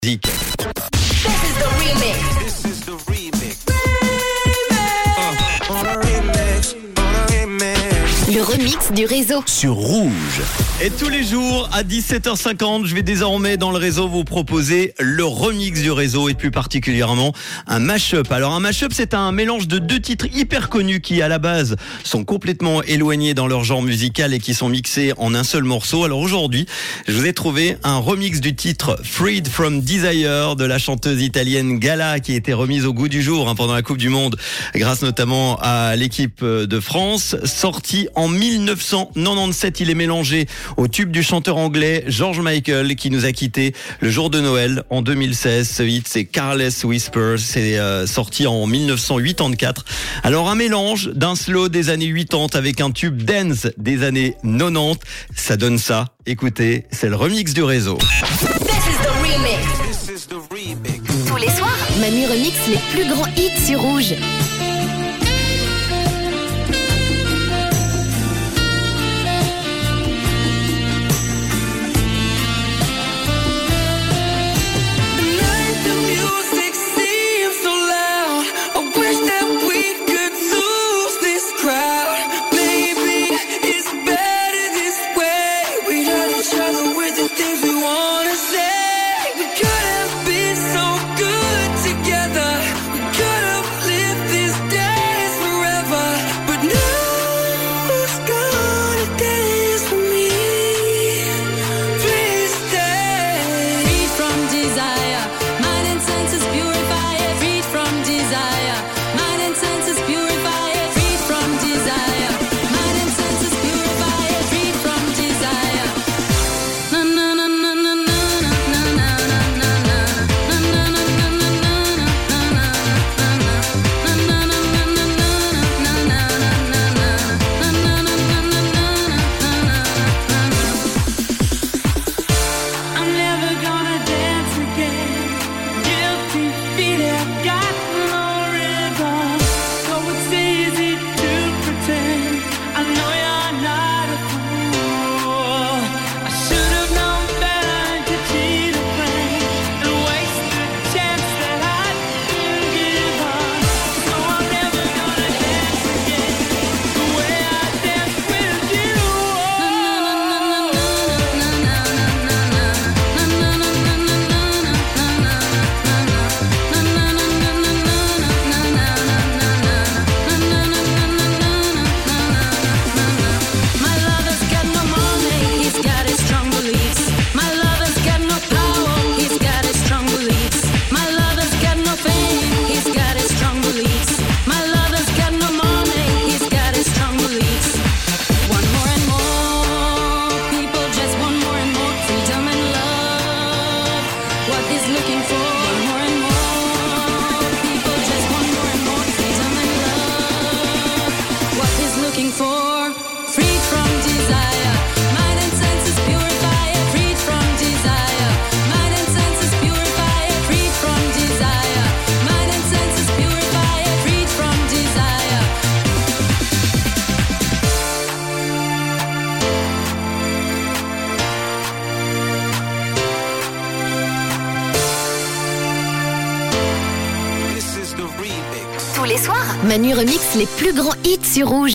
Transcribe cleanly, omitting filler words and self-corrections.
Musique. Le remix du réseau Sur Rouge. Et tous les jours à 17h50, je vais désormais dans le réseau vous proposer le remix du réseau et plus particulièrement un mash-up. Alors un mash-up, c'est un mélange de deux titres hyper connus qui à la base sont complètement éloignés dans leur genre musical et qui sont mixés en un seul morceau. Alors aujourd'hui, je vous ai trouvé un remix du titre Freed from Desire de la chanteuse italienne Gala qui a été remise au goût du jour pendant la Coupe du Monde grâce notamment à l'équipe de France. Sorti en 1997, il est mélangé au tube du chanteur anglais George Michael qui nous a quittés le jour de Noël en 2016. Ce hit, c'est Careless Whisper, c'est sorti en 1984. Alors un mélange d'un slow des années 80 avec un tube dance des années 90, ça donne ça. Écoutez, c'est le remix du réseau. tous les soirs. Manu remix les plus grands hits sur Rouge. Tous les soirs, Manu remix les plus grands hits sur Rouge.